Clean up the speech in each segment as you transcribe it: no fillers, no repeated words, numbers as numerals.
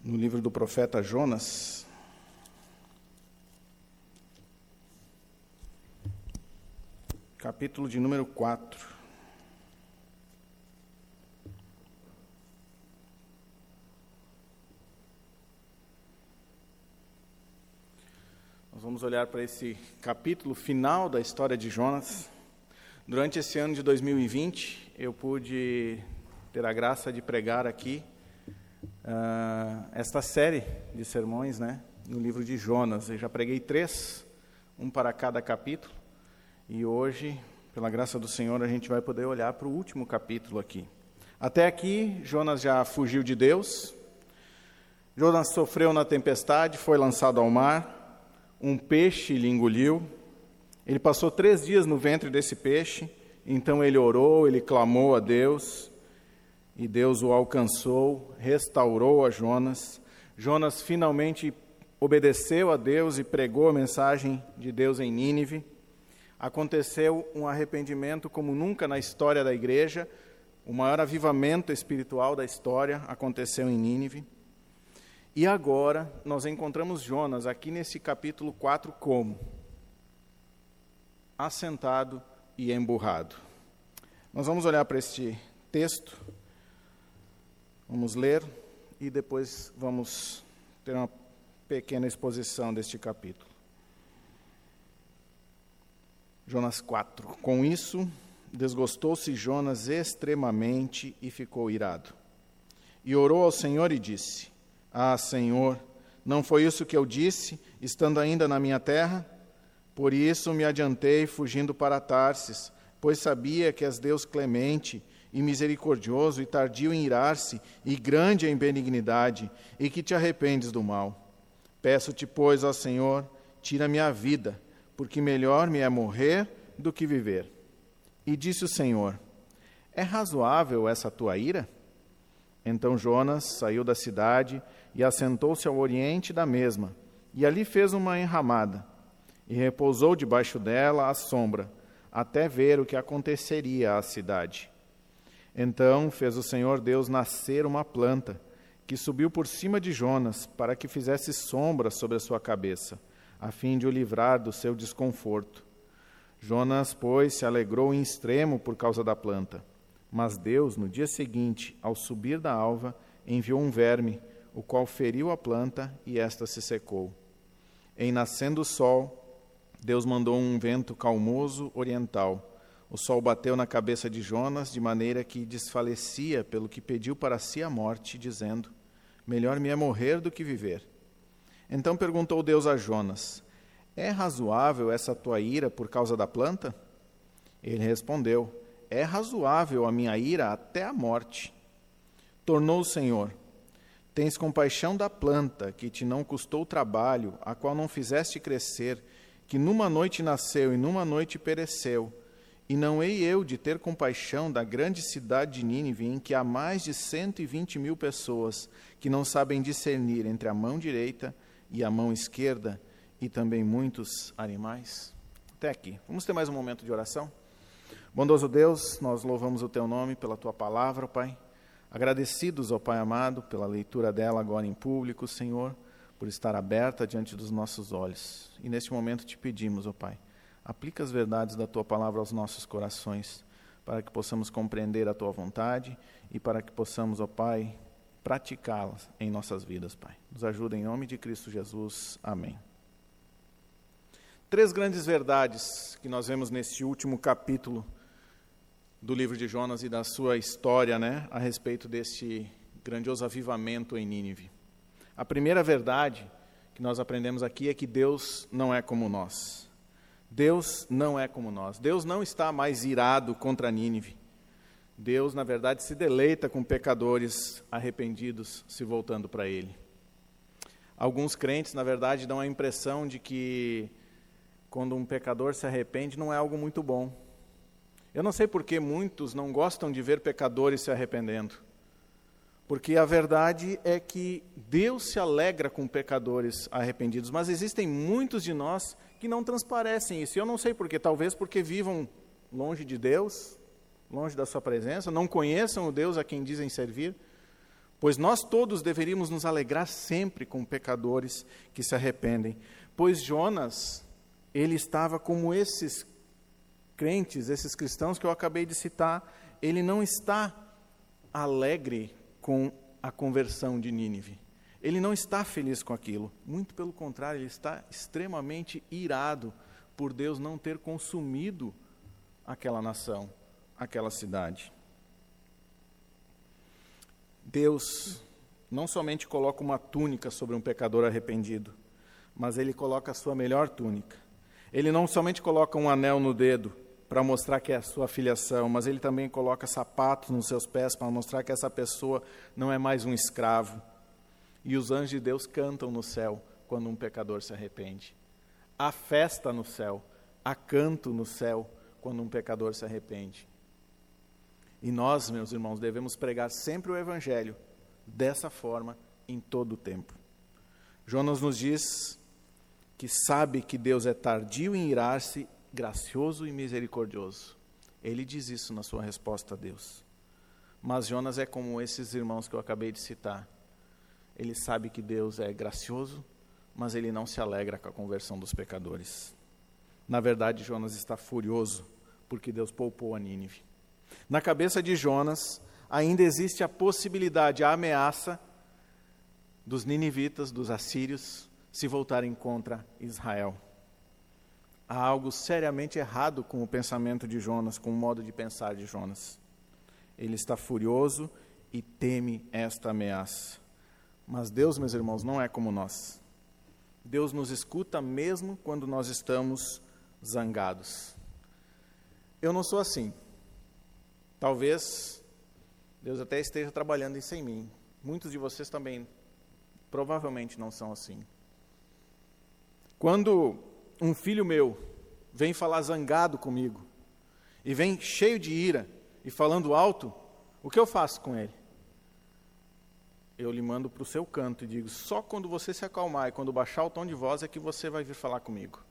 no livro do profeta Jonas. Capítulo de número 4. Nós vamos olhar para esse capítulo final da história de Jonas. Durante esse ano de 2020, eu pude ter a graça de pregar aqui esta série de sermões, no livro de Jonas. Eu já preguei 3, um para cada capítulo, e hoje, pela graça do Senhor, a gente vai poder olhar para o último capítulo aqui. Até aqui, Jonas já fugiu de Deus, Jonas sofreu na tempestade, foi lançado ao mar, um peixe lhe engoliu, ele passou 3 dias no ventre desse peixe, então ele orou, ele clamou a Deus, e Deus o alcançou, restaurou a Jonas. Jonas finalmente obedeceu a Deus e pregou a mensagem de Deus em Nínive. Aconteceu um arrependimento como nunca na história da igreja, o maior avivamento espiritual da história aconteceu em Nínive. E agora nós encontramos Jonas aqui nesse capítulo 4 como? Assentado e emburrado. Nós vamos olhar para este texto, vamos ler e depois vamos ter uma pequena exposição deste capítulo. Jonas 4. Com isso, desgostou-se Jonas extremamente e ficou irado. E orou ao Senhor e disse: Ah, Senhor, não foi isso que eu disse, estando ainda na minha terra? Por isso me adiantei, fugindo para Tarsis, pois sabia que és Deus clemente e misericordioso e tardio em irar-se e grande em benignidade, e que te arrependes do mal. Peço-te, pois, ó Senhor, tira-me a vida, porque melhor me é morrer do que viver. E disse o Senhor: É razoável essa tua ira? Então Jonas saiu da cidade e assentou-se ao oriente da mesma, e ali fez uma enramada, e repousou debaixo dela à sombra, até ver o que aconteceria à cidade. Então fez o Senhor Deus nascer uma planta, que subiu por cima de Jonas, para que fizesse sombra sobre a sua cabeça, a fim de o livrar do seu desconforto. Jonas, pois, se alegrou em extremo por causa da planta. Mas Deus, no dia seguinte, ao subir da alva, enviou um verme, o qual feriu a planta, e esta se secou. Em nascendo o sol, Deus mandou um vento calmoso oriental. O sol bateu na cabeça de Jonas, de maneira que desfalecia, pelo que pediu para si a morte, dizendo: Melhor me é morrer do que viver. Então perguntou Deus a Jonas: É razoável essa tua ira por causa da planta? Ele respondeu: É razoável a minha ira até a morte. Tornou o Senhor: Tens compaixão da planta, que te não custou trabalho, a qual não fizeste crescer, que numa noite nasceu e numa noite pereceu. E não hei eu de ter compaixão da grande cidade de Nínive, em que há mais de 120.000 pessoas, que não sabem discernir entre a mão direita e a mão esquerda, e também muitos animais? Até aqui. Vamos ter mais um momento de oração? Bondoso Deus, nós louvamos o Teu nome pela Tua palavra, Pai. Agradecidos, ó Pai amado, pela leitura dela agora em público, Senhor, por estar aberta diante dos nossos olhos. E neste momento te pedimos, ó Pai, aplica as verdades da Tua palavra aos nossos corações, para que possamos compreender a Tua vontade e para que possamos, ó Pai, praticá-las em nossas vidas, Pai. Nos ajuda em nome de Cristo Jesus. Amém. 3 grandes verdades que nós vemos neste último capítulo do livro de Jonas e da sua história, a respeito deste grandioso avivamento em Nínive. A primeira verdade que nós aprendemos aqui é que Deus não é como nós. Deus não é como nós. Deus não está mais irado contra Nínive. Deus, na verdade, se deleita com pecadores arrependidos se voltando para Ele. Alguns crentes, na verdade, dão a impressão de que quando um pecador se arrepende não é algo muito bom. Eu não sei por que muitos não gostam de ver pecadores se arrependendo. Porque a verdade é que Deus se alegra com pecadores arrependidos, mas existem muitos de nós que não transparecem isso. Eu não sei por quê, talvez porque vivam longe de Deus, longe da sua presença, não conheçam o Deus a quem dizem servir, Pois nós todos deveríamos nos alegrar sempre com pecadores que se arrependem. Pois Jonas, ele estava como esses crentes, esses cristãos que eu acabei de citar, ele não está alegre com a conversão de Nínive. Ele não está feliz com aquilo. Muito pelo contrário, ele está extremamente irado por Deus não ter consumido aquela nação, aquela cidade. Deus não somente coloca uma túnica sobre um pecador arrependido, mas Ele coloca a sua melhor túnica. Ele não somente coloca um anel no dedo para mostrar que é a sua filiação, mas Ele também coloca sapatos nos seus pés para mostrar que essa pessoa não é mais um escravo. E os anjos de Deus cantam no céu quando um pecador se arrepende. Há festa no céu, há canto no céu quando um pecador se arrepende. E nós, meus irmãos, devemos pregar sempre o Evangelho dessa forma em todo o tempo. Jonas nos diz que sabe que Deus é tardio em irar-se, gracioso e misericordioso. Ele diz isso na sua resposta a Deus. Mas Jonas é como esses irmãos que eu acabei de citar. Ele sabe que Deus é gracioso, mas ele não se alegra com a conversão dos pecadores. Na verdade, Jonas está furioso porque Deus poupou a Nínive. Na cabeça de Jonas, ainda existe a possibilidade, a ameaça dos ninivitas, dos assírios, se voltarem contra Israel. Há algo seriamente errado com o pensamento de Jonas, com o modo de pensar de Jonas. Ele está furioso e teme esta ameaça. Mas Deus, meus irmãos, não é como nós. Deus nos escuta mesmo quando nós estamos zangados. Eu não sou assim. Talvez Deus até esteja trabalhando isso em mim. Muitos de vocês também provavelmente não são assim. Quando um filho meu vem falar zangado comigo, e vem cheio de ira, e falando alto, o que eu faço com ele? Eu lhe mando para o seu canto e digo, só quando você se acalmar e quando baixar o tom de voz é que você vai vir falar comigo.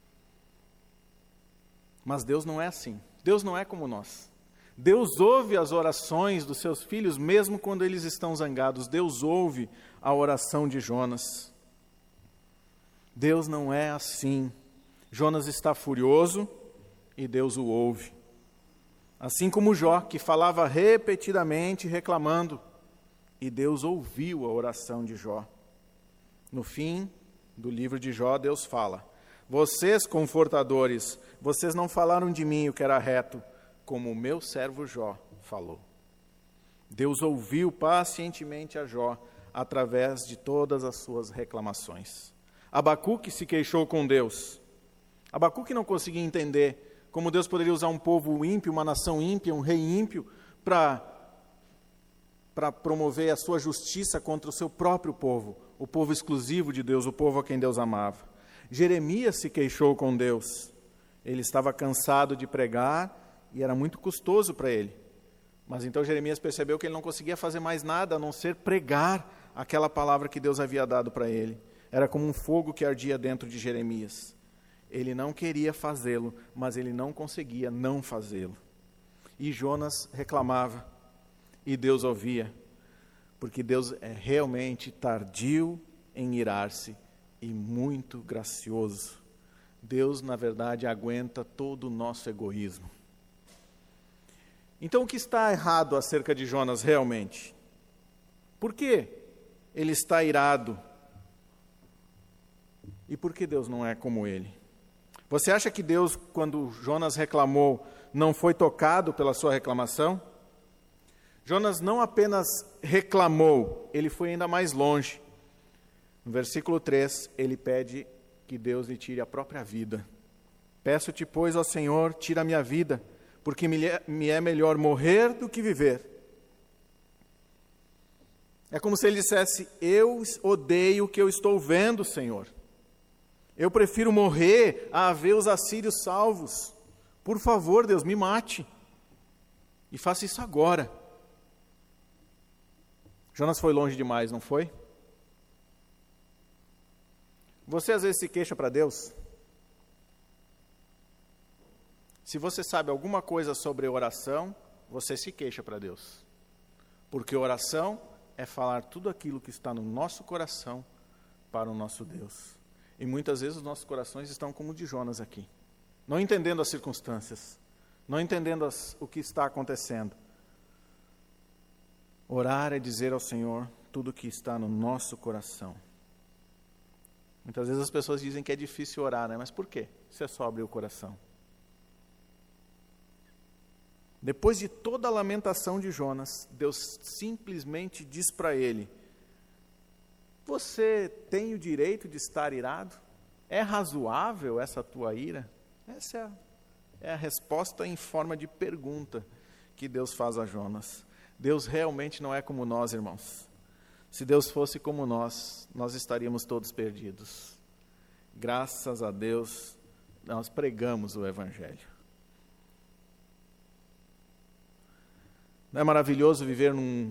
Mas Deus não é assim. Deus não é como nós. Deus ouve as orações dos seus filhos, mesmo quando eles estão zangados. Deus ouve a oração de Jonas. Deus não é assim. Jonas está furioso e Deus o ouve. Assim como Jó, que falava repetidamente, reclamando, e Deus ouviu a oração de Jó. No fim do livro de Jó, Deus fala, vocês, confortadores, vocês não falaram de mim o que era reto, como o meu servo Jó falou. Deus ouviu pacientemente a Jó através de todas as suas reclamações. Abacuque se queixou com Deus. Abacuque não conseguia entender como Deus poderia usar um povo ímpio, uma nação ímpia, um rei ímpio, para promover a sua justiça contra o seu próprio povo, o povo exclusivo de Deus, o povo a quem Deus amava. Jeremias se queixou com Deus. Ele estava cansado de pregar e era muito custoso para ele. Mas então Jeremias percebeu que ele não conseguia fazer mais nada a não ser pregar aquela palavra que Deus havia dado para ele. Era como um fogo que ardia dentro de Jeremias. Ele não queria fazê-lo, mas ele não conseguia não fazê-lo. E Jonas reclamava, e Deus ouvia, porque Deus é realmente tardio em irar-se e muito gracioso. Deus, na verdade, aguenta todo o nosso egoísmo. Então, o que está errado acerca de Jonas realmente? Por que ele está irado? E por que Deus não é como ele? Você acha que Deus, quando Jonas reclamou, não foi tocado pela sua reclamação? Jonas não apenas reclamou, ele foi ainda mais longe. No versículo 3, ele pede que Deus lhe tire a própria vida. Peço-te, pois, ao Senhor, tira a minha vida, porque me é melhor morrer do que viver. É como se ele dissesse, eu odeio o que eu estou vendo, Senhor. Eu prefiro morrer a ver os assírios salvos. Por favor, Deus, me mate. E faça isso agora. Jonas foi longe demais, não foi? Você às vezes se queixa para Deus? Se você sabe alguma coisa sobre oração, você se queixa para Deus. Porque oração é falar tudo aquilo que está no nosso coração para o nosso Deus. E muitas vezes os nossos corações estão como o de Jonas aqui, não entendendo as circunstâncias, não entendendo o que está acontecendo. Orar é dizer ao Senhor tudo o que está no nosso coração. Muitas vezes as pessoas dizem que é difícil orar, né? Mas por quê? Se é só abrir o coração. Depois de toda a lamentação de Jonas, Deus simplesmente diz para ele: você tem o direito de estar irado? É razoável essa tua ira? Essa é a resposta em forma de pergunta que Deus faz a Jonas. Deus realmente não é como nós, irmãos. Se Deus fosse como nós estaríamos todos perdidos. Graças a Deus, nós pregamos o Evangelho. Não é maravilhoso viver num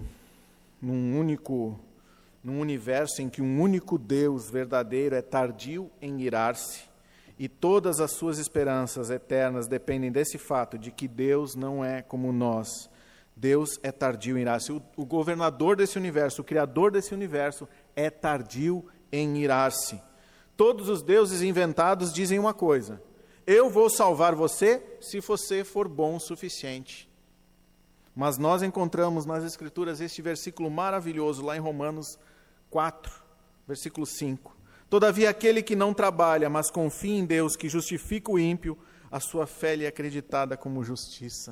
universo em que um único Deus verdadeiro é tardio em irar-se e todas as suas esperanças eternas dependem desse fato de que Deus não é como nós. Deus é tardio em irar-se. O governador desse universo, o criador desse universo, é tardio em irar-se. Todos os deuses inventados dizem uma coisa: eu vou salvar você se você for bom o suficiente. Mas nós encontramos nas Escrituras este versículo maravilhoso, lá em Romanos 4, versículo 5. Todavia, aquele que não trabalha, mas confia em Deus, que justifica o ímpio, a sua fé lhe é acreditada como justiça.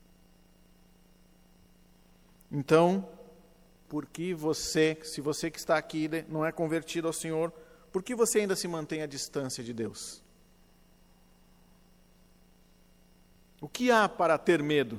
Então, se você que está aqui não é convertido ao Senhor, por que você ainda se mantém à distância de Deus? O que há para ter medo?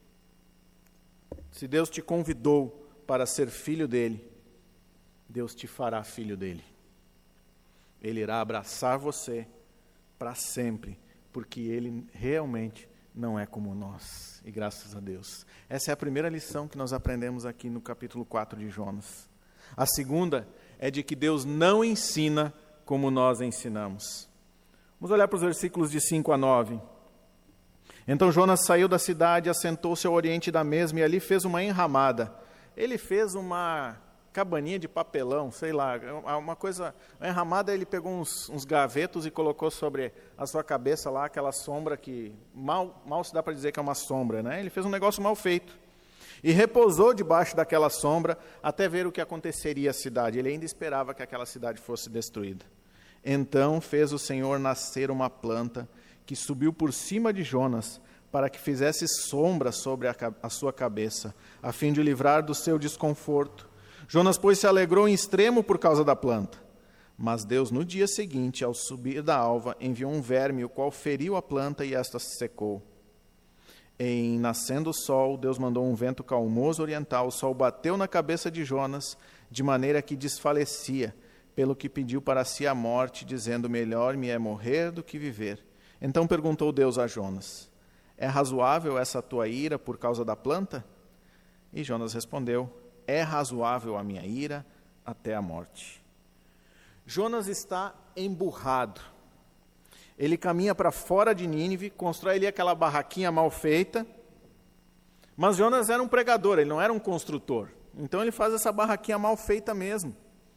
Se Deus te convidou para ser filho dele, Deus te fará filho dele. Ele irá abraçar você para sempre, porque ele realmente não é como nós. E graças a Deus. Essa é a primeira lição que nós aprendemos aqui no capítulo 4 de Jonas. A segunda é de que Deus não ensina como nós ensinamos. Vamos olhar para os versículos de 5 a 9. Então Jonas saiu da cidade, assentou-se ao oriente da mesma e ali fez uma enramada. Ele fez uma cabaninha de papelão, sei lá, uma enramada. Ele pegou uns gavetos e colocou sobre a sua cabeça lá aquela sombra que mal se dá para dizer que é uma sombra, né? Ele fez um negócio mal feito. E repousou debaixo daquela sombra até ver o que aconteceria à cidade. Ele ainda esperava que aquela cidade fosse destruída. Então fez o Senhor nascer uma planta que subiu por cima de Jonas, para que fizesse sombra sobre a sua cabeça, a fim de o livrar do seu desconforto. Jonas, pois, se alegrou em extremo por causa da planta. Mas Deus, no dia seguinte, ao subir da alva, enviou um verme, o qual feriu a planta e esta se secou. Em nascendo o sol, Deus mandou um vento calmoso oriental, o sol bateu na cabeça de Jonas, de maneira que desfalecia, pelo que pediu para si a morte, dizendo: melhor me é morrer do que viver. Então perguntou Deus a Jonas: é razoável essa tua ira por causa da planta? E Jonas respondeu: é razoável a minha ira até a morte. Jonas está emburrado. Ele caminha para fora de Nínive, constrói ali aquela barraquinha mal feita. Mas Jonas era um pregador, ele não era um construtor. Então ele faz essa barraquinha mal feita mesmo.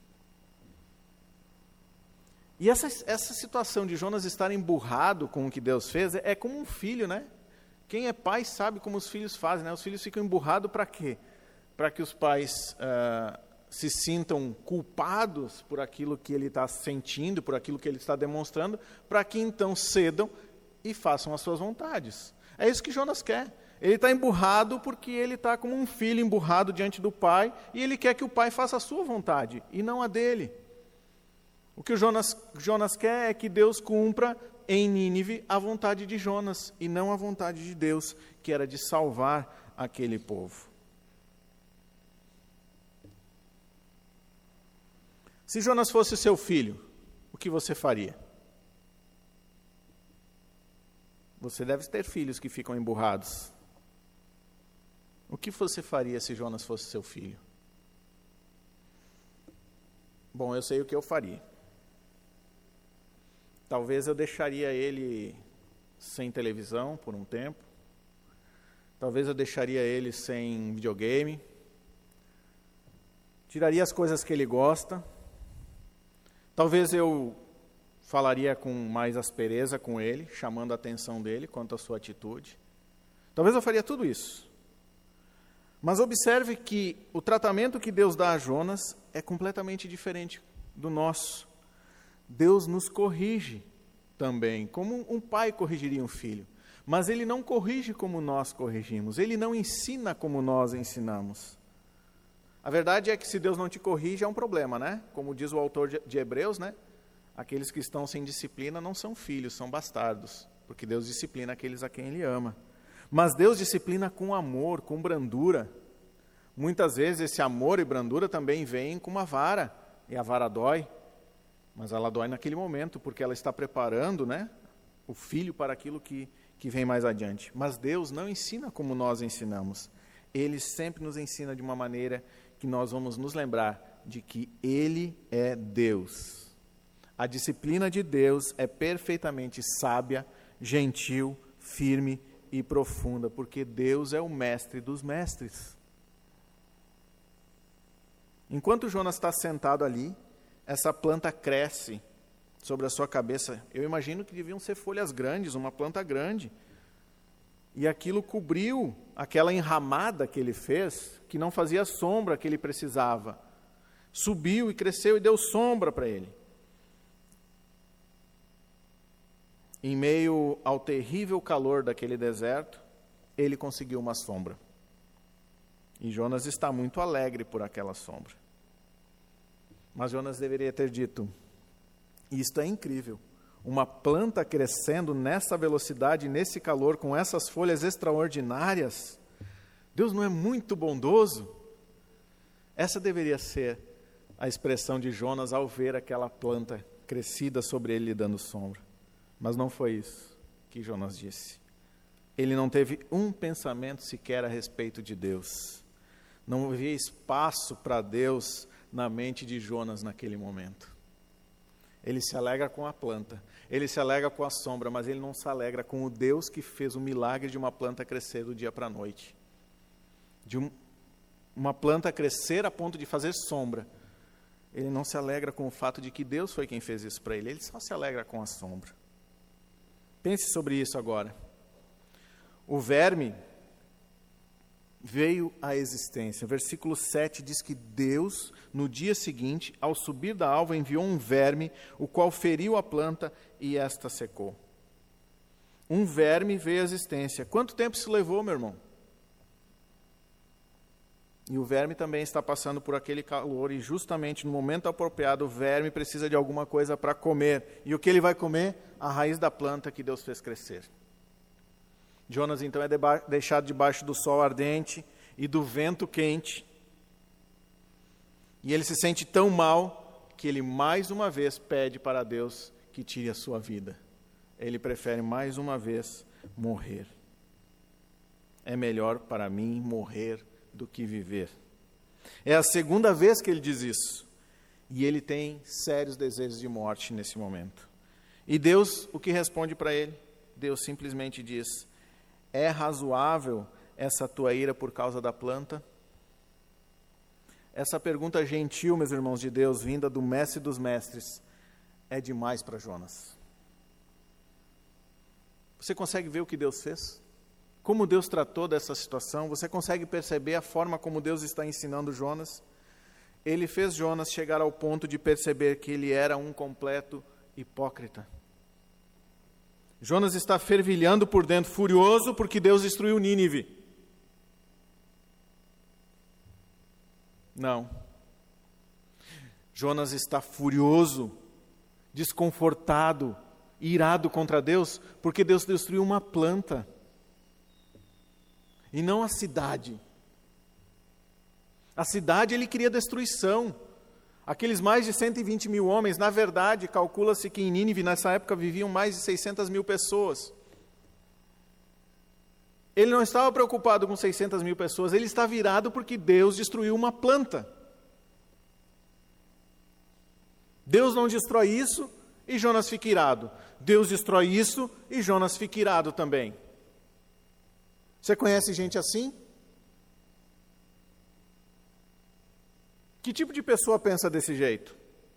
E essa situação de Jonas estar emburrado com o que Deus fez é como um filho, né? Quem é pai sabe como os filhos fazem, né? Os filhos ficam emburrados para quê? Para que os pais se sintam culpados por aquilo que ele está sentindo, por aquilo que ele está demonstrando, para que então cedam e façam as suas vontades. É isso que Jonas quer. Ele está emburrado porque ele está como um filho emburrado diante do pai, e ele quer que o pai faça a sua vontade, e não a dele. O que o Jonas quer é que Deus cumpra em Nínive a vontade de Jonas, e não a vontade de Deus, que era de salvar aquele povo. Se Jonas fosse seu filho, o que você faria? Você deve ter filhos que ficam emburrados. O que você faria se Jonas fosse seu filho? Bom, eu sei o que eu faria. Talvez eu deixaria ele sem televisão por um tempo. Talvez eu deixaria ele sem videogame. tiraria as coisas que ele gosta, talvez eu falaria com mais aspereza com ele, chamando a atenção dele quanto à sua atitude. Talvez eu faria tudo isso. Mas observe que o tratamento que Deus dá a Jonas é completamente diferente do nosso. Deus nos corrige também, como um pai corrigiria um filho. Mas ele não corrige como nós corrigimos, ele não ensina como nós ensinamos. A verdade é que se Deus não te corrige é um problema, né? Como diz o autor de Hebreus, né? Aqueles que estão sem disciplina não são filhos, são bastardos, porque Deus disciplina aqueles a quem Ele ama. Mas Deus disciplina com amor, com brandura. Muitas vezes esse amor e brandura também vêm com uma vara, e a vara dói, mas ela dói naquele momento, porque ela está preparando, né, o filho para aquilo que vem mais adiante. Mas Deus não ensina como nós ensinamos. Ele sempre nos ensina de uma maneira que nós vamos nos lembrar de que Ele é Deus. A disciplina de Deus é perfeitamente sábia, gentil, firme e profunda, porque Deus é o mestre dos mestres. Enquanto Jonas está sentado ali, essa planta cresce sobre a sua cabeça. Eu imagino que deviam ser folhas grandes, uma planta grande. E aquilo cobriu aquela enramada que ele fez, que não fazia sombra que ele precisava. Subiu e cresceu e deu sombra para ele. Em meio ao terrível calor daquele deserto, ele conseguiu uma sombra. E Jonas está muito alegre por aquela sombra. Mas Jonas deveria ter dito: isto é incrível. Uma planta crescendo nessa velocidade, nesse calor, com essas folhas extraordinárias. Deus não é muito bondoso? Essa deveria ser a expressão de Jonas ao ver aquela planta crescida sobre ele, dando sombra. Mas não foi isso que Jonas disse. Ele não teve um pensamento sequer a respeito de Deus. Não havia espaço para Deus na mente de Jonas naquele momento. Ele se alegra com a planta, ele se alegra com a sombra, mas ele não se alegra com o Deus que fez o milagre de uma planta crescer do dia para a noite. De uma planta crescer a ponto de fazer sombra. Ele não se alegra com o fato de que Deus foi quem fez isso para ele, ele só se alegra com a sombra. Pense sobre isso agora. O verme veio à existência. Versículo 7 diz que Deus, no dia seguinte, ao subir da alva, enviou um verme, o qual feriu a planta e esta secou. Um verme veio à existência. Quanto tempo se levou, meu irmão? E o verme também está passando por aquele calor, e justamente no momento apropriado o verme precisa de alguma coisa para comer. E o que ele vai comer? A raiz da planta que Deus fez crescer. Jonas então é deixado debaixo do sol ardente e do vento quente. E ele se sente tão mal que ele mais uma vez pede para Deus que tire a sua vida. Ele prefere mais uma vez morrer. É melhor para mim morrer do que viver. É a segunda vez que ele diz isso. E ele tem sérios desejos de morte nesse momento. E Deus, o que responde para ele? Deus simplesmente diz: é razoável essa tua ira por causa da planta? Essa pergunta gentil, meus irmãos de Deus, vinda do mestre dos mestres, é demais para Jonas. Você consegue ver o que Deus fez? Como Deus tratou dessa situação? Você consegue perceber a forma como Deus está ensinando Jonas? Ele fez Jonas chegar ao ponto de perceber que ele era um completo hipócrita. Jonas está fervilhando por dentro, furioso porque Deus destruiu Nínive. Não. Jonas está furioso, desconfortado, irado contra Deus, porque Deus destruiu uma planta. E não a cidade. A cidade ele queria destruição. Aqueles mais de 120 mil homens, na verdade, calcula-se que em Nínive, nessa época, viviam mais de 600 mil pessoas. Ele não estava preocupado com 600 mil pessoas, ele está virado porque Deus destruiu uma planta. Deus não destrói isso e Jonas fica irado. Deus destrói isso e Jonas fica irado também. Você conhece gente assim? Que tipo de pessoa pensa desse jeito?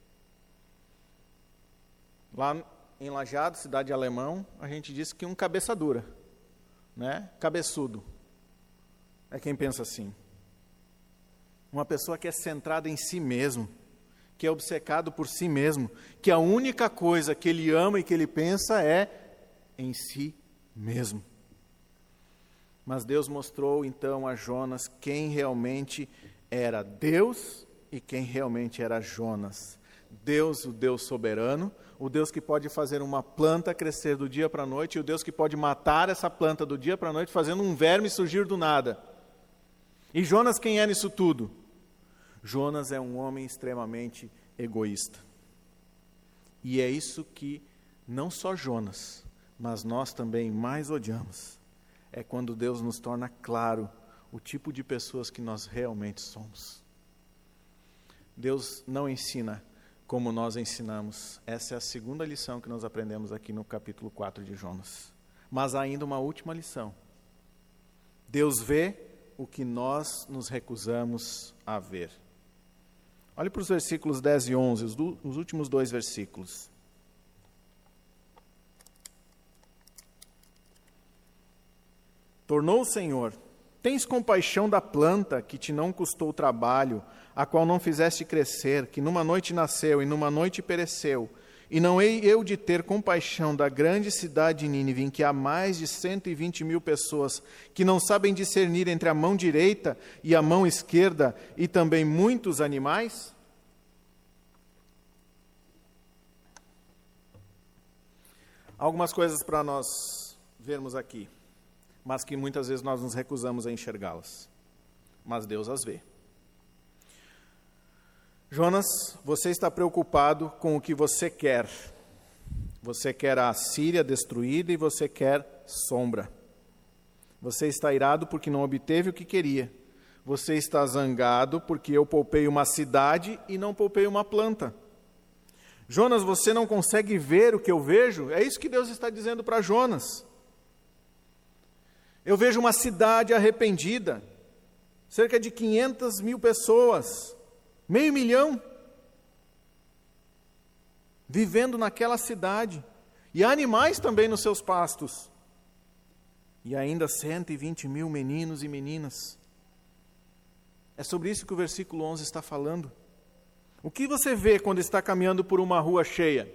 Lá em Lajeado, cidade de Alemão, a gente diz que um cabeça dura, né? Cabeçudo. É quem pensa assim. Uma pessoa que é centrada em si mesmo, que é obcecado por si mesmo, que a única coisa que ele ama e que ele pensa é em si mesmo. Mas Deus mostrou então a Jonas quem realmente era Deus e quem realmente era Jonas. Deus, o Deus soberano, o Deus que pode fazer uma planta crescer do dia para a noite, e o Deus que pode matar essa planta do dia para a noite, fazendo um verme surgir do nada. E Jonas, quem é nisso tudo? Jonas é um homem extremamente egoísta. E é isso que não só Jonas, mas nós também mais odiamos. É quando Deus nos torna claro o tipo de pessoas que nós realmente somos. Deus não ensina como nós ensinamos. Essa é a segunda lição que nós aprendemos aqui no capítulo 4 de Jonas. Mas há ainda uma última lição. Deus vê o que nós nos recusamos a ver. Olhe para os versículos 10 e 11, os últimos 2 versículos. Tornou o Senhor: tens compaixão da planta que te não custou trabalho, a qual não fizeste crescer, que numa noite nasceu e numa noite pereceu. E não hei eu de ter compaixão da grande cidade de Nínive, em que há mais de 120.000 pessoas que não sabem discernir entre a mão direita e a mão esquerda, e também muitos animais? Algumas coisas para nós vermos aqui, mas que muitas vezes nós nos recusamos a enxergá-las. Mas Deus as vê. Jonas, você está preocupado com o que você quer. Você quer a Síria destruída e você quer sombra. Você está irado porque não obteve o que queria. Você está zangado porque eu poupei uma cidade e não poupei uma planta. Jonas, você não consegue ver o que eu vejo? É isso que Deus está dizendo para Jonas. Eu vejo uma cidade arrependida, cerca de 500.000 pessoas, 500.000, vivendo naquela cidade, e animais também nos seus pastos, e ainda 120.000 meninos e meninas. É sobre isso que o versículo 11 está falando. O que você vê quando está caminhando por uma rua cheia?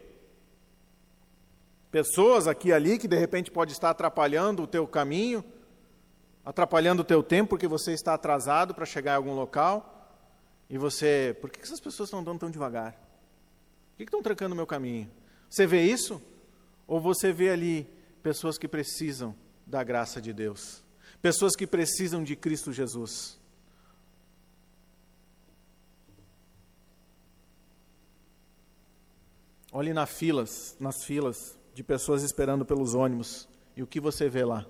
Pessoas aqui e ali que de repente pode estar atrapalhando o teu caminho, atrapalhando o teu tempo porque você está atrasado para chegar em algum local. E você, por que essas pessoas estão andando tão devagar? Por que estão trancando o meu caminho? Você vê isso? Ou você vê ali pessoas que precisam da graça de Deus? Pessoas que precisam de Cristo Jesus? Olhe nas filas de pessoas esperando pelos ônibus. E o que você vê lá?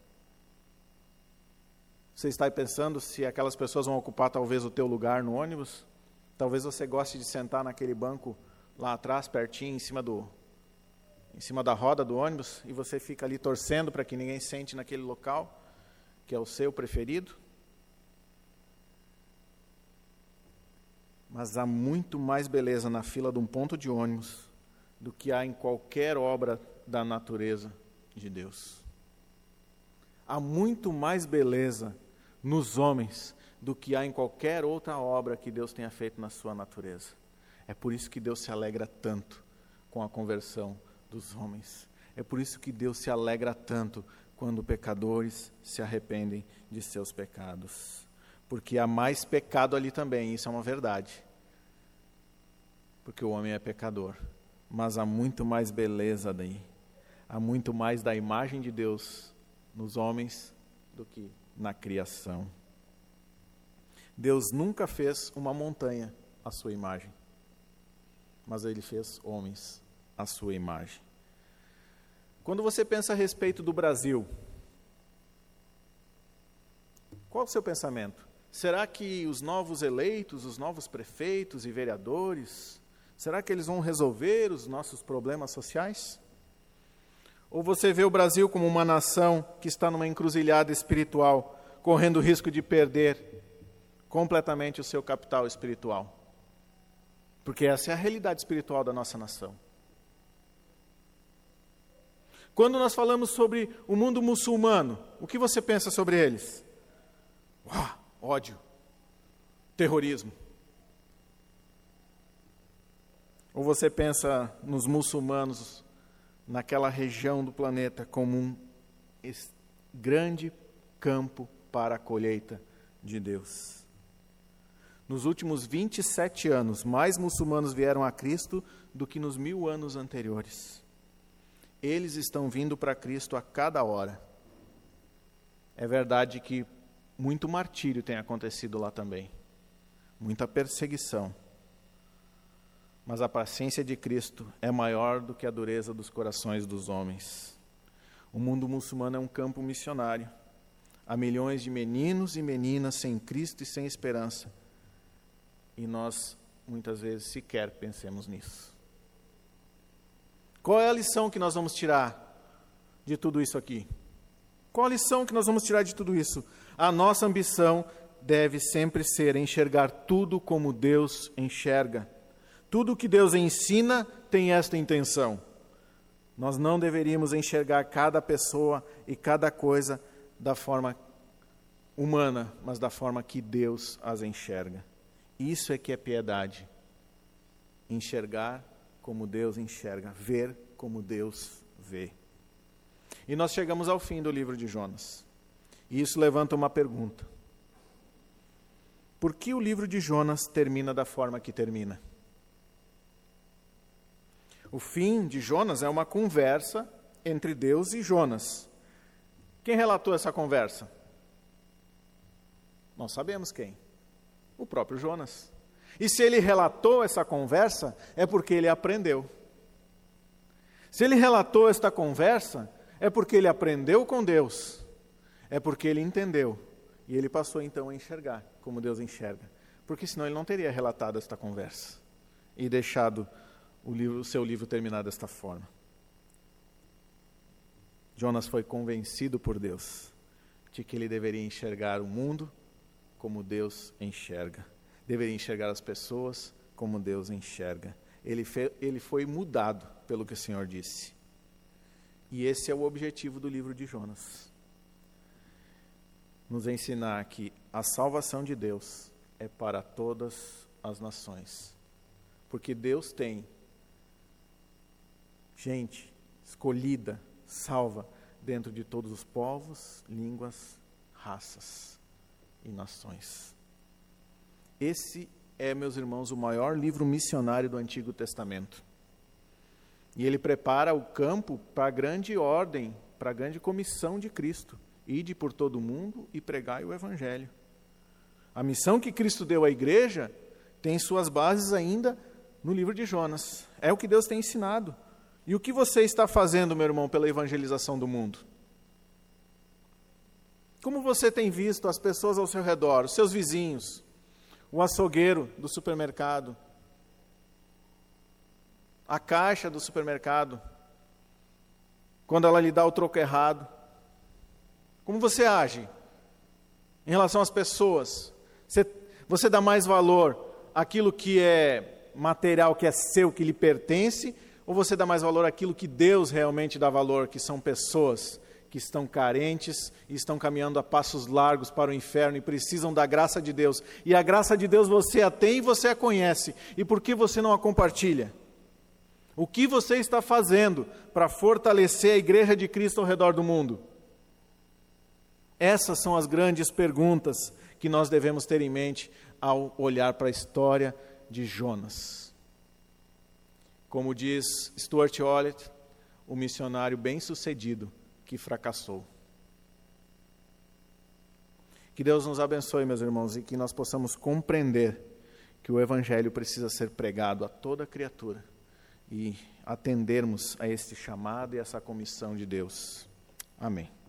Você está aí pensando se aquelas pessoas vão ocupar talvez o teu lugar no ônibus? Talvez você goste de sentar naquele banco lá atrás, pertinho, em cima da roda do ônibus, e você fica ali torcendo para que ninguém sente naquele local, que é o seu preferido. Mas há muito mais beleza na fila de um ponto de ônibus do que há em qualquer obra da natureza de Deus. Há muito mais beleza nos homens do que há em qualquer outra obra que Deus tenha feito na sua natureza. É por isso que Deus se alegra tanto com a conversão dos homens. É por isso que Deus se alegra tanto quando pecadores se arrependem de seus pecados. Porque há mais pecado ali também, isso é uma verdade. Porque o homem é pecador. Mas há muito mais beleza daí. Há muito mais da imagem de Deus nos homens do que na criação. Deus nunca fez uma montanha à sua imagem, mas Ele fez homens à sua imagem. Quando você pensa a respeito do Brasil, qual é o seu pensamento? Será que os novos eleitos, os novos prefeitos e vereadores, será que eles vão resolver os nossos problemas sociais? Ou você vê o Brasil como uma nação que está numa encruzilhada espiritual, correndo o risco de perder completamente o seu capital espiritual. Porque essa é a realidade espiritual da nossa nação. Quando nós falamos sobre o mundo muçulmano, o que você pensa sobre eles? Ódio, terrorismo. Ou você pensa nos muçulmanos naquela região do planeta como um grande campo para a colheita de Deus. Nos últimos 27 anos, mais muçulmanos vieram a Cristo do que nos 1000 anos anteriores. Eles estão vindo para Cristo a cada hora. É verdade que muito martírio tem acontecido lá também, muita perseguição. Mas a paciência de Cristo é maior do que a dureza dos corações dos homens. O mundo muçulmano é um campo missionário. Há milhões de meninos e meninas sem Cristo e sem esperança. E nós, muitas vezes, sequer pensemos nisso. Qual é a lição que nós vamos tirar de tudo isso aqui? Qual a lição que nós vamos tirar de tudo isso? A nossa ambição deve sempre ser enxergar tudo como Deus enxerga. Tudo o que Deus ensina tem esta intenção. Nós não deveríamos enxergar cada pessoa e cada coisa da forma humana, mas da forma que Deus as enxerga. Isso é que é piedade. Enxergar como Deus enxerga, ver como Deus vê. E nós chegamos ao fim do livro de Jonas. E isso levanta uma pergunta. Por que o livro de Jonas termina da forma que termina? O fim de Jonas é uma conversa entre Deus e Jonas. Quem relatou essa conversa? Nós sabemos quem. O próprio Jonas. E se ele relatou essa conversa, é porque ele aprendeu. Se ele relatou esta conversa, é porque ele aprendeu com Deus. É porque ele entendeu. E ele passou então a enxergar como Deus enxerga. Porque senão ele não teria relatado esta conversa e deixado o seu livro terminar desta forma. Jonas foi convencido por Deus de que ele deveria enxergar o mundo como Deus enxerga. Deveria enxergar as pessoas como Deus enxerga. Ele foi mudado pelo que o Senhor disse. E esse é o objetivo do livro de Jonas. Nos ensinar que a salvação de Deus é para todas as nações. Porque Deus tem gente escolhida, salva, dentro de todos os povos, línguas, raças e nações. Esse é, meus irmãos, o maior livro missionário do Antigo Testamento. E ele prepara o campo para a grande ordem, para a grande comissão de Cristo. Ide por todo o mundo e pregai o Evangelho. A missão que Cristo deu à igreja tem suas bases ainda no livro de Jonas. É o que Deus tem ensinado. E o que você está fazendo, meu irmão, pela evangelização do mundo? Como você tem visto as pessoas ao seu redor, os seus vizinhos, o açougueiro do supermercado, a caixa do supermercado, quando ela lhe dá o troco errado? Como você age em relação às pessoas? Você dá mais valor àquilo que é material, que é seu, que lhe pertence, ou você dá mais valor àquilo que Deus realmente dá valor, que são pessoas que estão carentes e estão caminhando a passos largos para o inferno e precisam da graça de Deus? E a graça de Deus você a tem e você a conhece. E por que você não a compartilha? O que você está fazendo para fortalecer a igreja de Cristo ao redor do mundo? Essas são as grandes perguntas que nós devemos ter em mente ao olhar para a história de Jonas. Como diz Stuart Ollett, o missionário bem-sucedido que fracassou. Que Deus nos abençoe, meus irmãos, e que nós possamos compreender que o Evangelho precisa ser pregado a toda criatura e atendermos a este chamado e essa comissão de Deus. Amém.